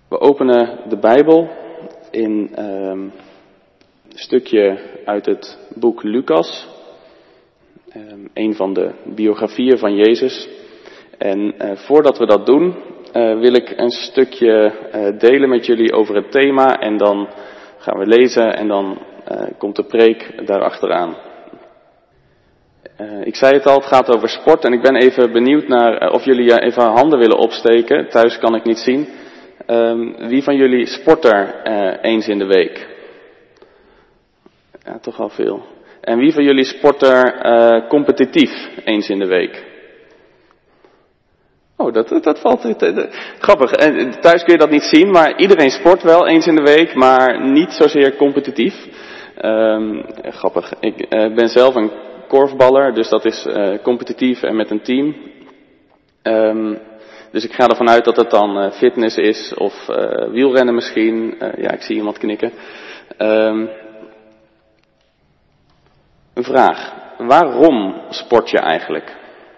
We openen de Bijbel in een stukje uit het boek Lucas. Een van de biografieën van Jezus. En voordat we dat doen, wil ik een stukje delen met jullie over het thema. En dan gaan we lezen en dan komt de preek daarachteraan. Ik zei het al, het gaat over sport. En ik ben even benieuwd naar of jullie even handen willen opsteken. Thuis kan ik niet zien. Wie van jullie sport er eens in de week? Ja, toch wel veel. En wie van jullie sport er competitief eens in de week? Oh, dat valt. Grappig. En thuis kun je dat niet zien, maar iedereen sport wel eens in de week, maar niet zozeer competitief. Grappig. Ik ben zelf een korfballer, dus dat is competitief en met een team. Dus ik ga ervan uit dat het dan fitness is of wielrennen misschien. Ja, ik zie iemand knikken. Een vraag. Waarom sport je eigenlijk?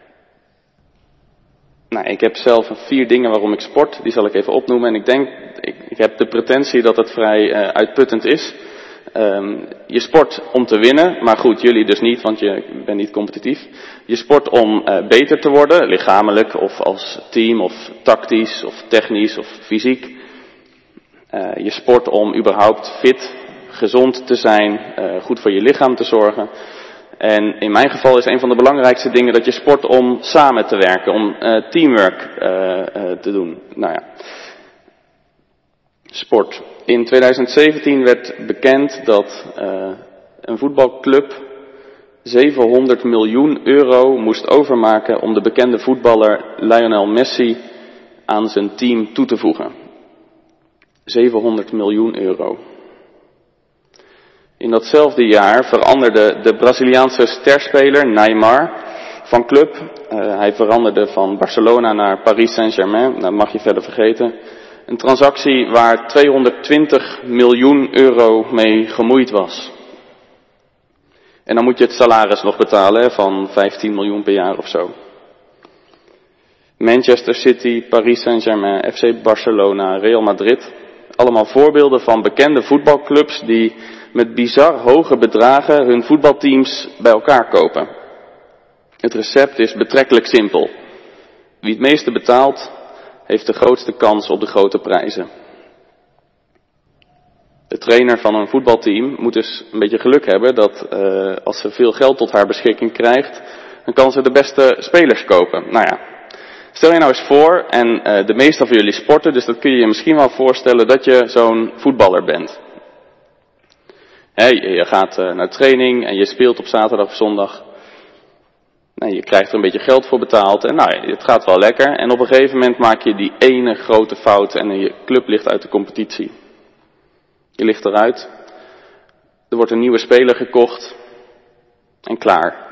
Nou, ik heb zelf 4 dingen waarom ik sport. Die zal ik even opnoemen. En ik denk, ik heb de pretentie dat het vrij uitputtend is. Je sport om te winnen, maar goed, jullie dus niet, want je bent niet competitief. Je sport om beter te worden, lichamelijk of als team of tactisch of technisch of fysiek. Je sport om überhaupt fit, gezond te zijn, goed voor je lichaam te zorgen. En in mijn geval is een van de belangrijkste dingen dat je sport om samen te werken, om teamwork te doen. Nou ja, sport. In 2017 werd bekend dat een voetbalclub 700 miljoen euro moest overmaken om de bekende voetballer Lionel Messi aan zijn team toe te voegen. 700 miljoen euro. In datzelfde jaar veranderde de Braziliaanse sterspeler Neymar van club. Hij veranderde van Barcelona naar Paris Saint-Germain. Dat mag je verder vergeten. Een transactie waar 220 miljoen euro mee gemoeid was. En dan moet je het salaris nog betalen van 15 miljoen per jaar of zo. Manchester City, Paris Saint-Germain, FC Barcelona, Real Madrid. Allemaal voorbeelden van bekende voetbalclubs die met bizar hoge bedragen hun voetbalteams bij elkaar kopen. Het recept is betrekkelijk simpel. Wie het meeste betaalt, heeft de grootste kans op de grote prijzen. De trainer van een voetbalteam moet dus een beetje geluk hebben dat als ze veel geld tot haar beschikking krijgt, dan kan ze de beste spelers kopen. Nou ja, stel je nou eens voor, en de meeste van jullie sporten, dus dat kun je je misschien wel voorstellen dat je zo'n voetballer bent. Je gaat naar training en je speelt op zaterdag of zondag. Nou, je krijgt er een beetje geld voor betaald en nou, het gaat wel lekker. En op een gegeven moment maak je die ene grote fout en je club ligt uit de competitie. Je ligt eruit. Er wordt een nieuwe speler gekocht. En klaar.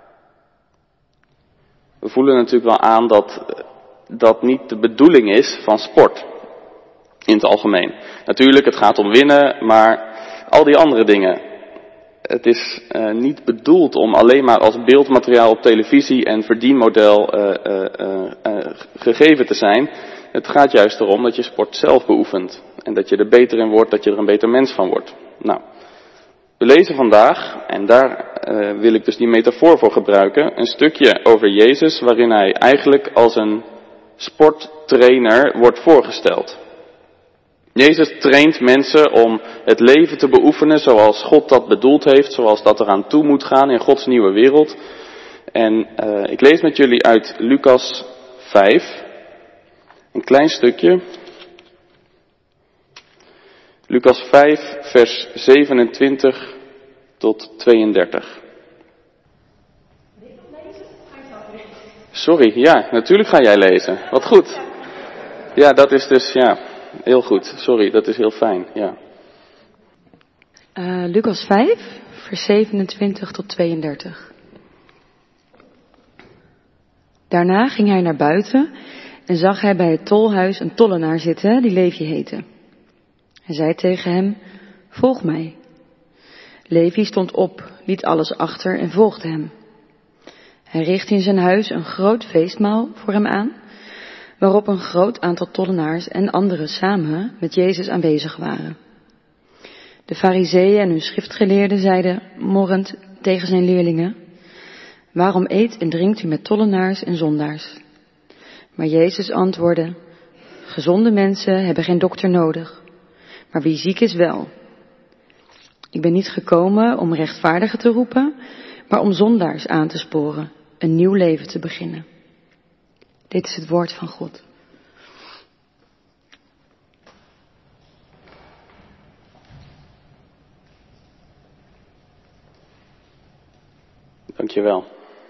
We voelen natuurlijk wel aan dat dat niet de bedoeling is van sport. In het algemeen. Natuurlijk, het gaat om winnen, maar al die andere dingen. Het is niet bedoeld om alleen maar als beeldmateriaal op televisie en verdienmodel gegeven te zijn. Het gaat juist erom dat je sport zelf beoefent. En dat je er beter in wordt, dat je er een beter mens van wordt. Nou, we lezen vandaag, en daar wil ik dus die metafoor voor gebruiken, een stukje over Jezus waarin hij eigenlijk als een sporttrainer wordt voorgesteld. Jezus traint mensen om het leven te beoefenen zoals God dat bedoeld heeft, zoals dat eraan toe moet gaan in Gods nieuwe wereld. En ik lees met jullie uit Lucas 5, een klein stukje. Lucas 5, vers 27 tot 32. Sorry, ja, natuurlijk ga jij lezen. Wat goed. Ja, dat is dus, ja, heel goed. Sorry, dat is heel fijn, ja. Lucas 5, vers 27 tot 32. Daarna ging hij naar buiten en zag hij bij het tolhuis een tollenaar zitten die Levi heette. Hij zei tegen hem, volg mij. Levi stond op, liet alles achter en volgde hem. Hij richtte in zijn huis een groot feestmaal voor hem aan, waarop een groot aantal tollenaars en anderen samen met Jezus aanwezig waren. De Farizeeën en hun schriftgeleerden zeiden morrend tegen zijn leerlingen: waarom eet en drinkt u met tollenaars en zondaars? Maar Jezus antwoordde: gezonde mensen hebben geen dokter nodig, maar wie ziek is wel. Ik ben niet gekomen om rechtvaardigen te roepen, maar om zondaars aan te sporen een nieuw leven te beginnen. Dit is het woord van God. Dankjewel.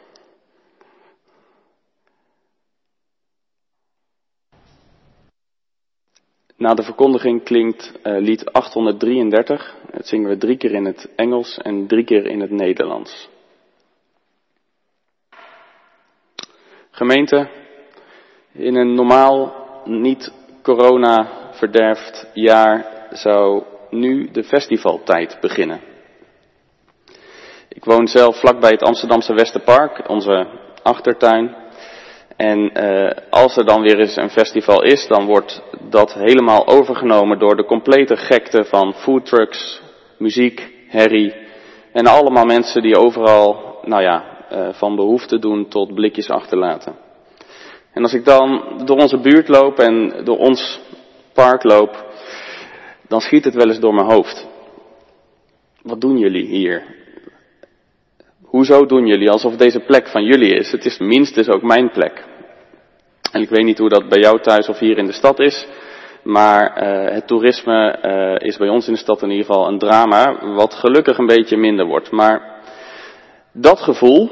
Na de verkondiging klinkt lied 833. Het zingen we 3 keer in het Engels en 3 keer in het Nederlands. Gemeente, in een normaal, niet corona verderfd jaar zou nu de festivaltijd beginnen. Ik woon zelf vlakbij het Amsterdamse Westerpark, onze achtertuin. En als er dan weer eens een festival is, dan wordt dat helemaal overgenomen door de complete gekte van foodtrucks, muziek, herrie. En allemaal mensen die overal, van behoefte doen tot blikjes achterlaten. En als ik dan door onze buurt loop en door ons park loop, dan schiet het wel eens door mijn hoofd. Wat doen jullie hier? Hoezo doen jullie alsof deze plek van jullie is? Het is minstens ook mijn plek. En ik weet niet hoe dat bij jou thuis of hier in de stad is. Maar het toerisme is bij ons in de stad in ieder geval een drama. Wat gelukkig een beetje minder wordt. Maar dat gevoel,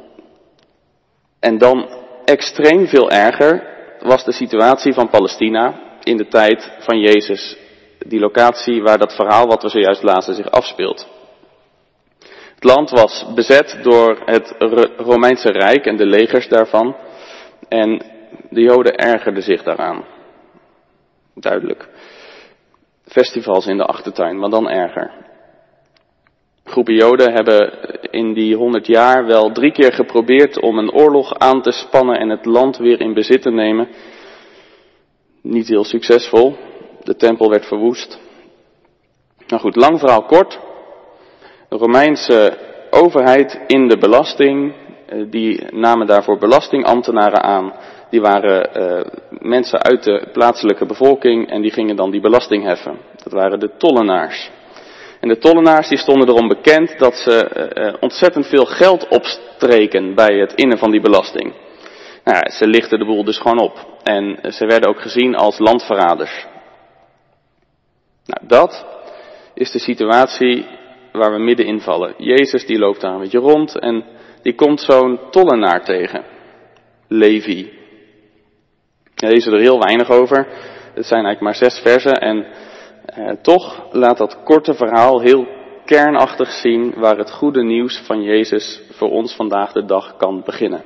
en dan extreem veel erger, was de situatie van Palestina in de tijd van Jezus. Die locatie waar dat verhaal wat we zojuist lazen zich afspeelt. Het land was bezet door het Romeinse Rijk en de legers daarvan. En de Joden ergerden zich daaraan. Duidelijk. Festivals in de achtertuin, maar dan erger. Groepen Joden hebben in die 100 jaar wel 3 keer geprobeerd om een oorlog aan te spannen en het land weer in bezit te nemen. Niet heel succesvol. De tempel werd verwoest. Nou goed, lang verhaal kort. De Romeinse overheid in de belasting, die namen daarvoor belastingambtenaren aan. Die waren mensen uit de plaatselijke bevolking en die gingen dan die belasting heffen. Dat waren de tollenaars. En de tollenaars die stonden erom bekend dat ze ontzettend veel geld opstreken bij het innen van die belasting. Nou ja, ze lichtten de boel dus gewoon op. En ze werden ook gezien als landverraders. Nou, dat is de situatie waar we middenin vallen. Jezus die loopt daar een beetje rond en die komt zo'n tollenaar tegen. Levi. Daar lezen er heel weinig over. Het zijn eigenlijk maar 6 versen en toch laat dat korte verhaal heel kernachtig zien waar het goede nieuws van Jezus voor ons vandaag de dag kan beginnen.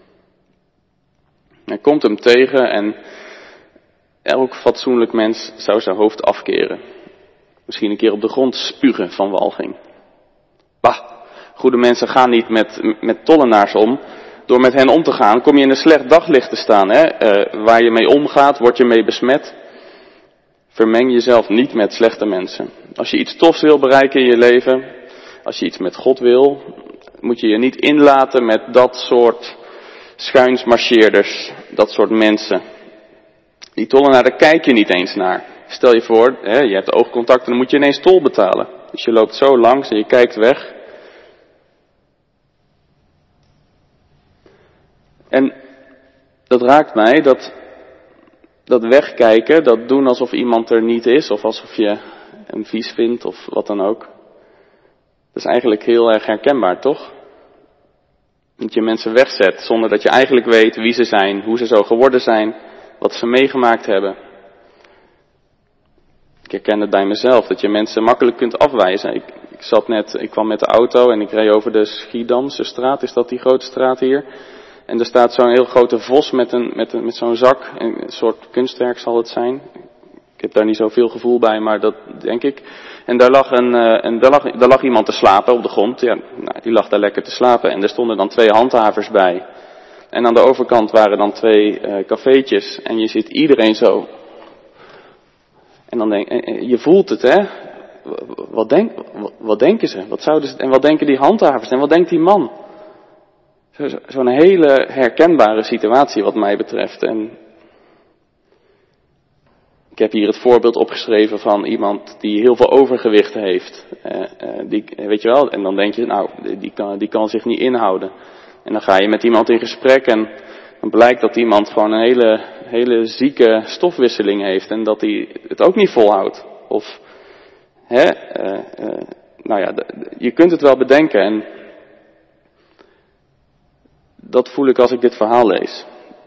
Hij komt hem tegen en elk fatsoenlijk mens zou zijn hoofd afkeren. Misschien een keer op de grond spugen van walging. Bah, goede mensen gaan niet met tollenaars om. Door met hen om te gaan, kom je in een slecht daglicht te staan. Waar je mee omgaat, word je mee besmet. Vermeng jezelf niet met slechte mensen. Als je iets tofs wil bereiken in je leven, als je iets met God wil, moet je je niet inlaten met dat soort schuinsmarcheerders, dat soort mensen. Die tollenaar, daar kijk je niet eens naar. Stel je voor, je hebt oogcontact en dan moet je ineens tol betalen. Dus je loopt zo langs en je kijkt weg. En dat raakt mij, dat wegkijken, dat doen alsof iemand er niet is, of alsof je hem vies vindt, of wat dan ook. Dat is eigenlijk heel erg herkenbaar, toch? Dat je mensen wegzet, zonder dat je eigenlijk weet wie ze zijn, hoe ze zo geworden zijn, wat ze meegemaakt hebben. Ik herken het bij mezelf, dat je mensen makkelijk kunt afwijzen. Ik kwam met de auto en ik reed over de Schiedamse straat, is dat die grote straat hier? En er staat zo'n heel grote vos met zo'n zak, een soort kunstwerk zal het zijn. Ik heb daar niet zoveel gevoel bij, maar dat denk ik. En daar lag iemand te slapen op de grond. Ja, nou, die lag daar lekker te slapen. En er stonden dan 2 handhavers bij. En aan de overkant waren dan 2 cafeetjes. En je ziet iedereen zo. En dan je voelt het, hè. Wat denken ze? En wat denken die handhavers? En wat denkt die man? Zo'n hele herkenbare situatie wat mij betreft. En ik heb hier het voorbeeld opgeschreven van iemand die heel veel overgewicht heeft. Weet je wel, en dan denk je, nou, die kan zich niet inhouden. En dan ga je met iemand in gesprek en dan blijkt dat iemand gewoon een hele zieke stofwisseling heeft. En dat hij het ook niet volhoudt. Of, nou ja, je kunt het wel bedenken. En dat voel ik als ik dit verhaal lees.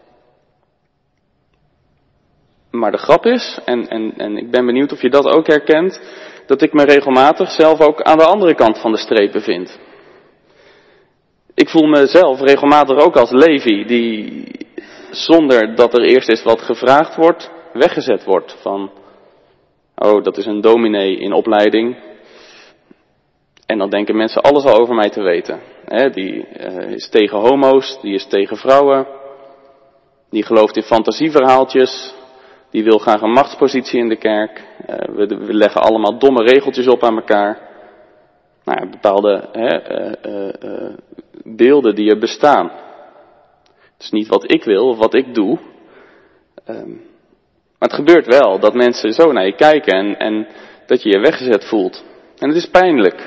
Maar de grap is, en ik ben benieuwd of je dat ook herkent, dat ik me regelmatig zelf ook aan de andere kant van de streep bevind. Ik voel mezelf regelmatig ook als Levi, die zonder dat er eerst eens wat gevraagd wordt, weggezet wordt van, oh, dat is een dominee in opleiding. En dan denken mensen alles al over mij te weten. Die is tegen homo's, die is tegen vrouwen, die gelooft in fantasieverhaaltjes. Die wil graag een machtspositie in de kerk. We leggen allemaal domme regeltjes op aan elkaar. Nou ja, bepaalde beelden die er bestaan. Het is niet wat ik wil of wat ik doe. Maar het gebeurt wel dat mensen zo naar je kijken en dat je je weggezet voelt. En het is pijnlijk.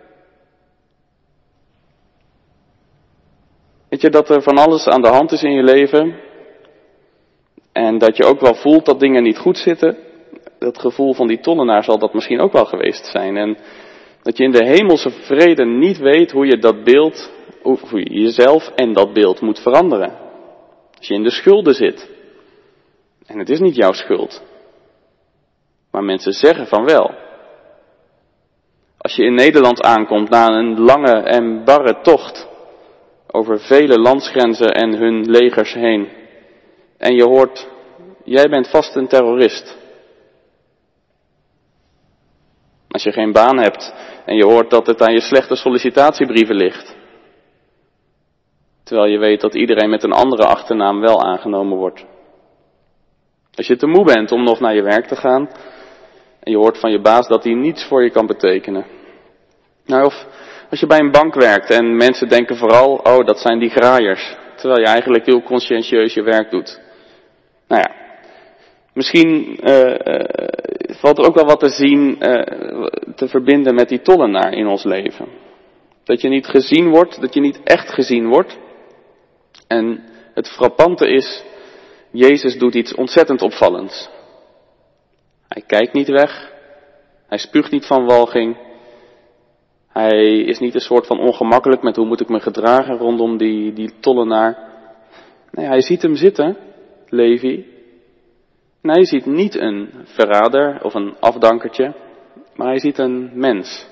Weet je dat er van alles aan de hand is in je leven? En dat je ook wel voelt dat dingen niet goed zitten. Dat gevoel van die tollenaar zal dat misschien ook wel geweest zijn. En dat je in de hemelse vrede niet weet hoe je dat beeld, hoe je jezelf en dat beeld moet veranderen. Als je in de schulden zit. En het is niet jouw schuld. Maar mensen zeggen van wel. Als je in Nederland aankomt na een lange en barre tocht. Over vele landsgrenzen en hun legers heen. En je hoort, jij bent vast een terrorist. Als je geen baan hebt en je hoort dat het aan je slechte sollicitatiebrieven ligt. Terwijl je weet dat iedereen met een andere achternaam wel aangenomen wordt. Als je te moe bent om nog naar je werk te gaan en je hoort van je baas dat hij niets voor je kan betekenen. Nou, of als je bij een bank werkt en mensen denken vooral, oh, dat zijn die graaiers. Terwijl je eigenlijk heel consciëntieus je werk doet. Nou ja, misschien valt er ook wel wat te zien, te verbinden met die tollenaar in ons leven. Dat je niet gezien wordt, dat je niet echt gezien wordt. En het frappante is, Jezus doet iets ontzettend opvallends. Hij kijkt niet weg, hij spuugt niet van walging. Hij is niet een soort van ongemakkelijk met hoe moet ik me gedragen rondom die tollenaar. Nee, hij ziet hem zitten, Levi. En hij ziet niet een verrader of een afdankertje, maar hij ziet een mens.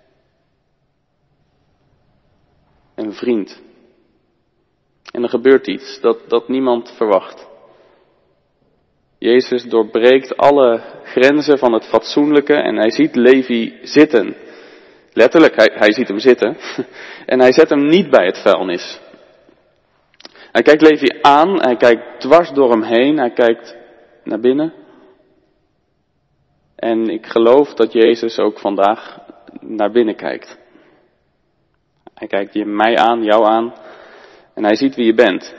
Een vriend. En er gebeurt iets dat niemand verwacht. Jezus doorbreekt alle grenzen van het fatsoenlijke en hij ziet Levi zitten. Letterlijk, hij ziet hem zitten. En hij zet hem niet bij het vuilnis. Hij kijkt Levi aan, hij kijkt dwars door hem heen, hij kijkt naar binnen. En ik geloof dat Jezus ook vandaag naar binnen kijkt. Hij kijkt je mij aan, jou aan. En hij ziet wie je bent.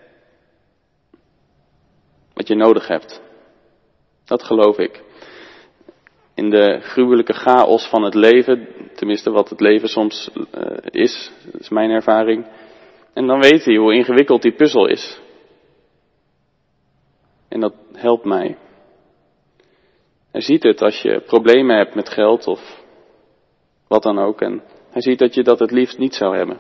Wat je nodig hebt. Dat geloof ik. In de gruwelijke chaos van het leven, tenminste wat het leven soms is, dat is mijn ervaring. En dan weet hij hoe ingewikkeld die puzzel is. En dat helpt mij. Hij ziet het als je problemen hebt met geld of wat dan ook. En hij ziet dat je dat het liefst niet zou hebben.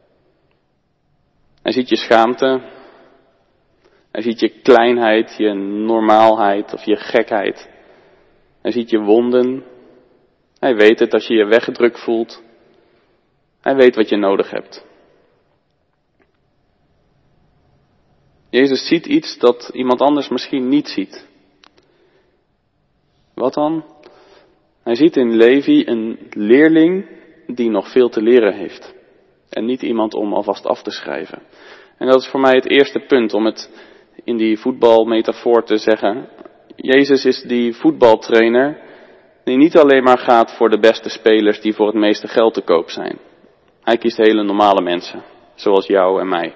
Hij ziet je schaamte. Hij ziet je kleinheid, je normaalheid of je gekheid. Hij ziet je wonden. Hij weet het als je je weggedrukt voelt. Hij weet wat je nodig hebt. Jezus ziet iets dat iemand anders misschien niet ziet. Wat dan? Hij ziet in Levi een leerling die nog veel te leren heeft. En niet iemand om alvast af te schrijven. En dat is voor mij het eerste punt om het in die voetbalmetafoor te zeggen. Jezus is die voetbaltrainer die niet alleen maar gaat voor de beste spelers die voor het meeste geld te koop zijn. Hij kiest hele normale mensen, zoals jou en mij.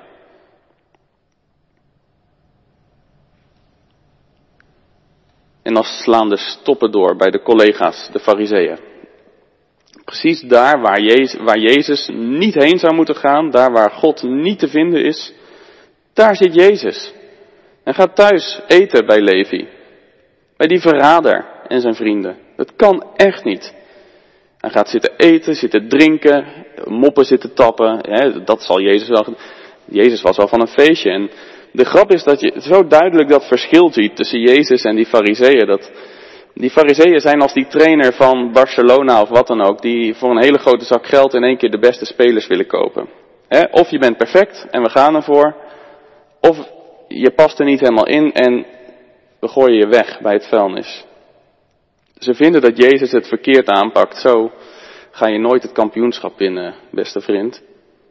En dan slaan de stoppen door bij de collega's, de fariseeën. Precies daar waar Jezus niet heen zou moeten gaan, daar waar God niet te vinden is, daar zit Jezus. En gaat thuis eten bij Levi. Bij die verrader en zijn vrienden. Dat kan echt niet. Hij gaat zitten eten, zitten drinken, moppen zitten tappen. Dat zal Jezus wel. Jezus was wel van een feestje. En de grap is dat je zo duidelijk dat verschil ziet tussen Jezus en die fariseeën. Die fariseeën zijn als die trainer van Barcelona of wat dan ook, die voor een hele grote zak geld in één keer de beste spelers willen kopen. Of je bent perfect en we gaan ervoor, of je past er niet helemaal in en we gooien je weg bij het vuilnis. Ze vinden dat Jezus het verkeerd aanpakt. Zo ga je nooit het kampioenschap winnen, beste vriend.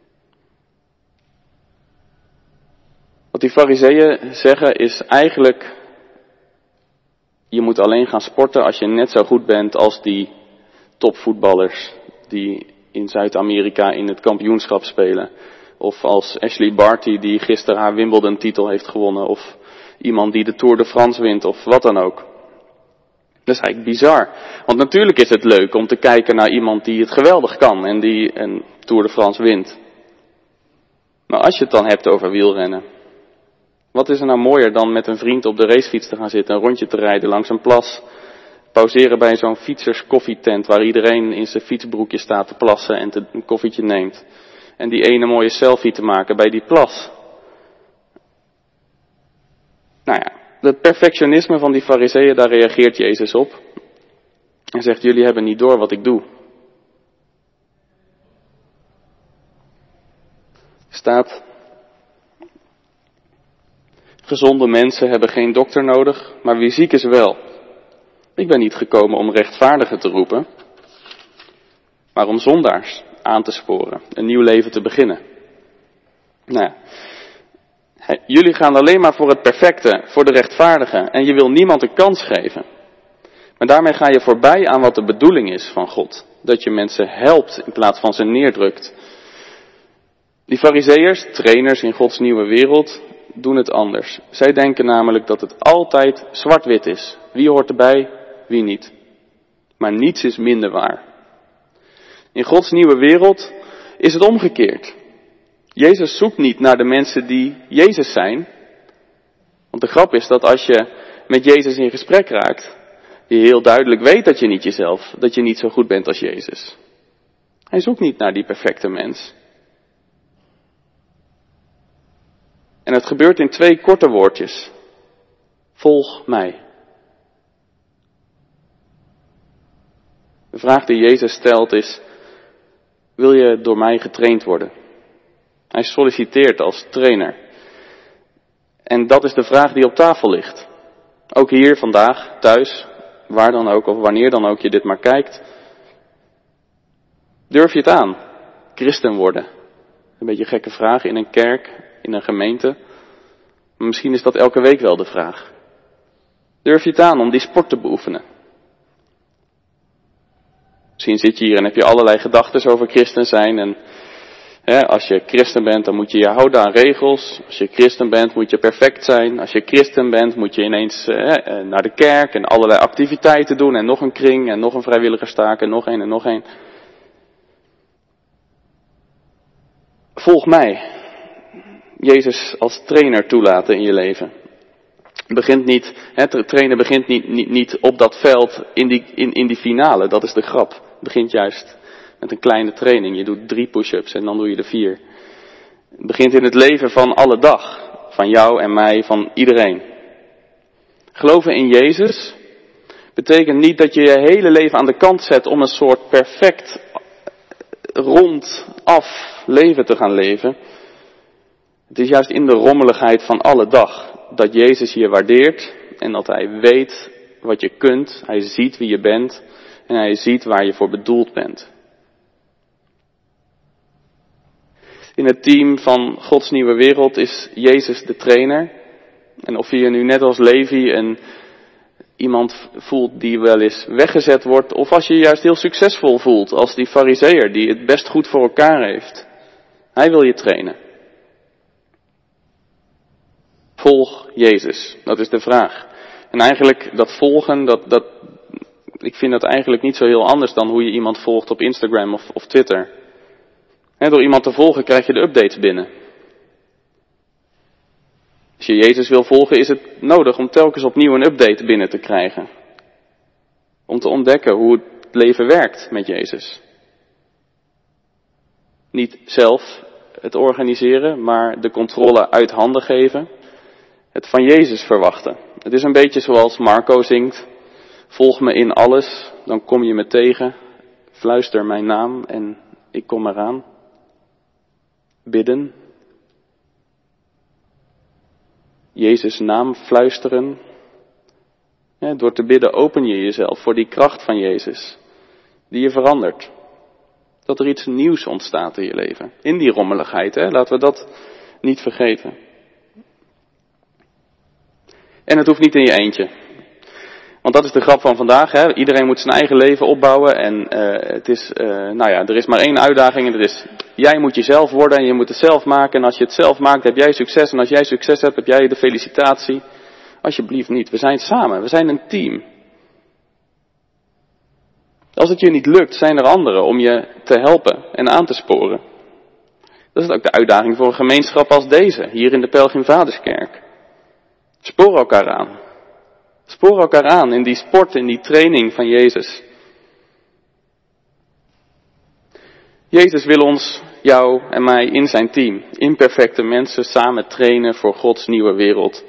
Wat die fariseeën zeggen is eigenlijk, je moet alleen gaan sporten als je net zo goed bent als die topvoetballers die in Zuid-Amerika in het kampioenschap spelen. Of als Ashley Barty die gisteren haar Wimbledon-titel heeft gewonnen. Of iemand die de Tour de France wint of wat dan ook. Dat is eigenlijk bizar. Want natuurlijk is het leuk om te kijken naar iemand die het geweldig kan en die een Tour de France wint. Maar als je het dan hebt over wielrennen. Wat is er nou mooier dan met een vriend op de racefiets te gaan zitten, een rondje te rijden langs een plas. Pauzeren bij zo'n fietserskoffietent waar iedereen in zijn fietsbroekje staat te plassen en een koffietje neemt. En die ene mooie selfie te maken bij die plas. Nou ja, het perfectionisme van die fariseeën, daar reageert Jezus op. En zegt, jullie hebben niet door wat ik doe. Staat, gezonde mensen hebben geen dokter nodig, maar wie ziek is wel. Ik ben niet gekomen om rechtvaardigen te roepen, maar om zondaars aan te sporen, een nieuw leven te beginnen. Nou ja, jullie gaan alleen maar voor het perfecte, voor de rechtvaardige en je wil niemand een kans geven. Maar daarmee ga je voorbij aan wat de bedoeling is van God. Dat je mensen helpt in plaats van ze neerdrukt. Die fariseërs, trainers in Gods nieuwe wereld, doen het anders. Zij denken namelijk dat het altijd zwart-wit is. Wie hoort erbij, wie niet. Maar niets is minder waar. In Gods nieuwe wereld is het omgekeerd. Jezus zoekt niet naar de mensen die Jezus zijn. Want de grap is dat als je met Jezus in gesprek raakt, je heel duidelijk weet dat je niet zo goed bent als Jezus. Hij zoekt niet naar die perfecte mens. En het gebeurt in 2 korte woordjes. Volg mij. De vraag die Jezus stelt is, wil je door mij getraind worden? Hij solliciteert als trainer. En dat is de vraag die op tafel ligt. Ook hier vandaag, thuis, waar dan ook of wanneer dan ook je dit maar kijkt. Durf je het aan? Christen worden. Een beetje een gekke vraag in een kerk, in een gemeente. Maar misschien is dat elke week wel de vraag. Durf je het aan om die sport te beoefenen? Misschien zit je hier en heb je allerlei gedachten over christen zijn. En als je christen bent, dan moet je je houden aan regels. Als je christen bent, moet je perfect zijn. Als je christen bent, moet je ineens naar de kerk en allerlei activiteiten doen. En nog een kring en nog een vrijwilligerstaak en nog een en nog een. Volg mij. Jezus als trainer toelaten in je leven. Trainen begint niet op dat veld in die finale. Dat is de grap. Het begint juist met een kleine training. Je doet 3 push-ups en dan doe je er 4. Het begint in het leven van alle dag. Van jou en mij, van iedereen. Geloven in Jezus betekent niet dat je je hele leven aan de kant zet om een soort perfect rondaf leven te gaan leven. Het is juist in de rommeligheid van alle dag dat Jezus je waardeert en dat Hij weet wat je kunt. Hij ziet wie je bent en Hij ziet waar je voor bedoeld bent. In het team van Gods Nieuwe Wereld is Jezus de trainer. En of je je nu net als Levi iemand voelt die wel eens weggezet wordt, of als je je juist heel succesvol voelt als die Farizeeër die het best goed voor elkaar heeft. Hij wil je trainen. Volg Jezus, dat is de vraag. En eigenlijk dat volgen, ik vind dat eigenlijk niet zo heel anders dan hoe je iemand volgt op Instagram of Twitter. Door iemand te volgen krijg je de updates binnen. Als je Jezus wil volgen is het nodig om telkens opnieuw een update binnen te krijgen. Om te ontdekken hoe het leven werkt met Jezus. Niet zelf het organiseren, maar de controle uit handen geven. Het van Jezus verwachten. Het is een beetje zoals Marco zingt. Volg me in alles, dan kom je me tegen. Fluister mijn naam en ik kom eraan. Bidden. Jezus' naam fluisteren. Door te bidden open je jezelf voor die kracht van Jezus. Die je verandert. Dat er iets nieuws ontstaat in je leven. In die rommeligheid, laten we dat niet vergeten. En het hoeft niet in je eentje. Want dat is de grap van vandaag. Iedereen moet zijn eigen leven opbouwen. En er is maar één uitdaging. En dat is, jij moet jezelf worden en je moet het zelf maken. En als je het zelf maakt, heb jij succes. En als jij succes hebt, heb jij de felicitatie. Alsjeblieft niet. We zijn samen. We zijn een team. Als het je niet lukt, zijn er anderen om je te helpen en aan te sporen. Dat is ook de uitdaging voor een gemeenschap als deze. Hier in de Pelgrim-Vaderskerk. Spoor elkaar aan. Spoor elkaar aan in die sport, in die training van Jezus. Jezus wil ons, jou en mij in zijn team, imperfecte mensen, samen trainen voor Gods nieuwe wereld.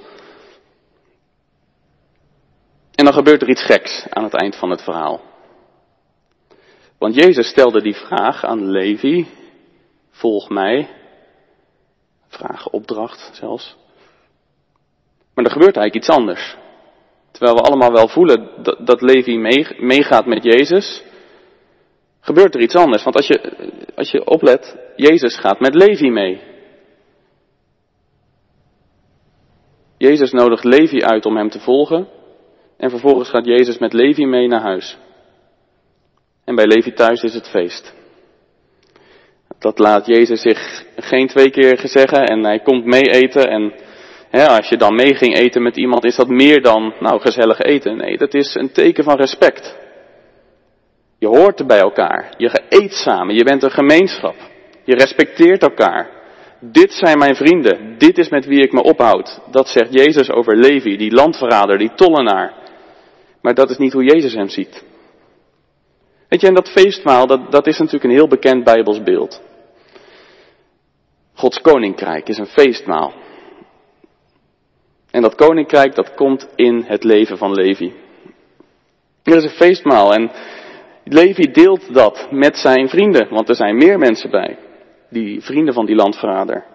En dan gebeurt er iets geks aan het eind van het verhaal. Want Jezus stelde die vraag aan Levi, volg mij. Vraag, opdracht zelfs. Maar er gebeurt eigenlijk iets anders. Terwijl we allemaal wel voelen dat Levi meegaat met Jezus, gebeurt er iets anders. Want als je oplet, Jezus gaat met Levi mee. Jezus nodigt Levi uit om hem te volgen. En vervolgens gaat Jezus met Levi mee naar huis. En bij Levi thuis is het feest. Dat laat Jezus zich geen 2 keer zeggen en hij komt mee eten. En als je dan mee ging eten met iemand, is dat meer dan, gezellig eten. Nee, dat is een teken van respect. Je hoort er bij elkaar. Je eet samen. Je bent een gemeenschap. Je respecteert elkaar. Dit zijn mijn vrienden. Dit is met wie ik me ophoud. Dat zegt Jezus over Levi, die landverrader, die tollenaar. Maar dat is niet hoe Jezus hem ziet. Weet je, en dat feestmaal, dat is natuurlijk een heel bekend Bijbels beeld. Gods koninkrijk is een feestmaal. En dat koninkrijk, dat komt in het leven van Levi. Er is een feestmaal en Levi deelt dat met zijn vrienden, want er zijn meer mensen bij. Die vrienden van die landverrader.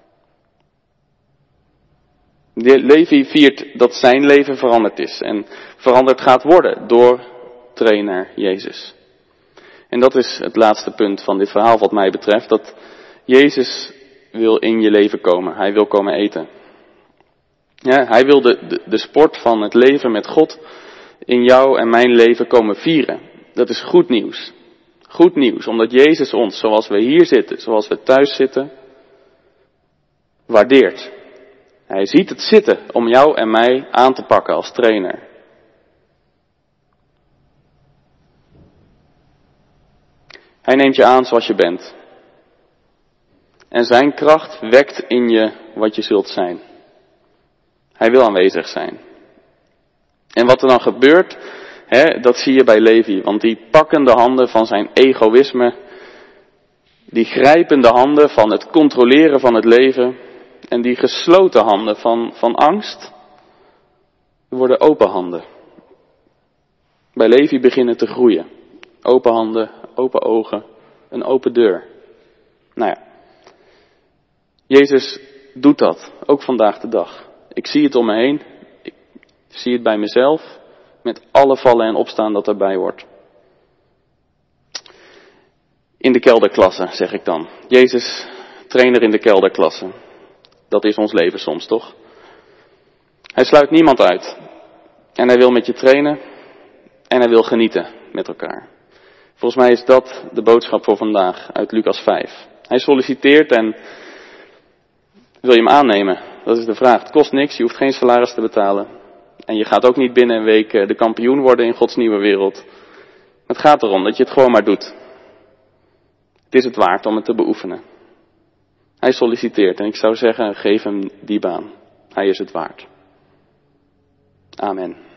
Levi viert dat zijn leven veranderd is en veranderd gaat worden door trainer Jezus. En dat is het laatste punt van dit verhaal wat mij betreft, dat Jezus wil in je leven komen. Hij wil komen eten. Ja, hij wil de sport van het leven met God in jou en mijn leven komen vieren. Dat is goed nieuws. Goed nieuws, omdat Jezus ons, zoals we hier zitten, zoals we thuis zitten, waardeert. Hij ziet het zitten om jou en mij aan te pakken als trainer. Hij neemt je aan zoals je bent. En zijn kracht wekt in je wat je zult zijn. Hij wil aanwezig zijn. En wat er dan gebeurt, dat zie je bij Levi. Want die pakkende handen van zijn egoïsme, die grijpende handen van het controleren van het leven, en die gesloten handen van angst, worden open handen. Bij Levi beginnen te groeien. Open handen, open ogen, een open deur. Nou ja, Jezus doet dat, ook vandaag de dag. Ik zie het om me heen, ik zie het bij mezelf, met alle vallen en opstaan dat erbij wordt. In de kelderklasse, zeg ik dan. Jezus trainer in de kelderklasse. Dat is ons leven soms, toch? Hij sluit niemand uit. En hij wil met je trainen. En hij wil genieten met elkaar. Volgens mij is dat de boodschap voor vandaag uit Lucas 5. Hij solliciteert en wil je hem aannemen? Dat is de vraag. Het kost niks, je hoeft geen salaris te betalen. En je gaat ook niet binnen een week de kampioen worden in Gods nieuwe wereld. Het gaat erom dat je het gewoon maar doet. Het is het waard om het te beoefenen. Hij solliciteert en ik zou zeggen, geef hem die baan. Hij is het waard. Amen.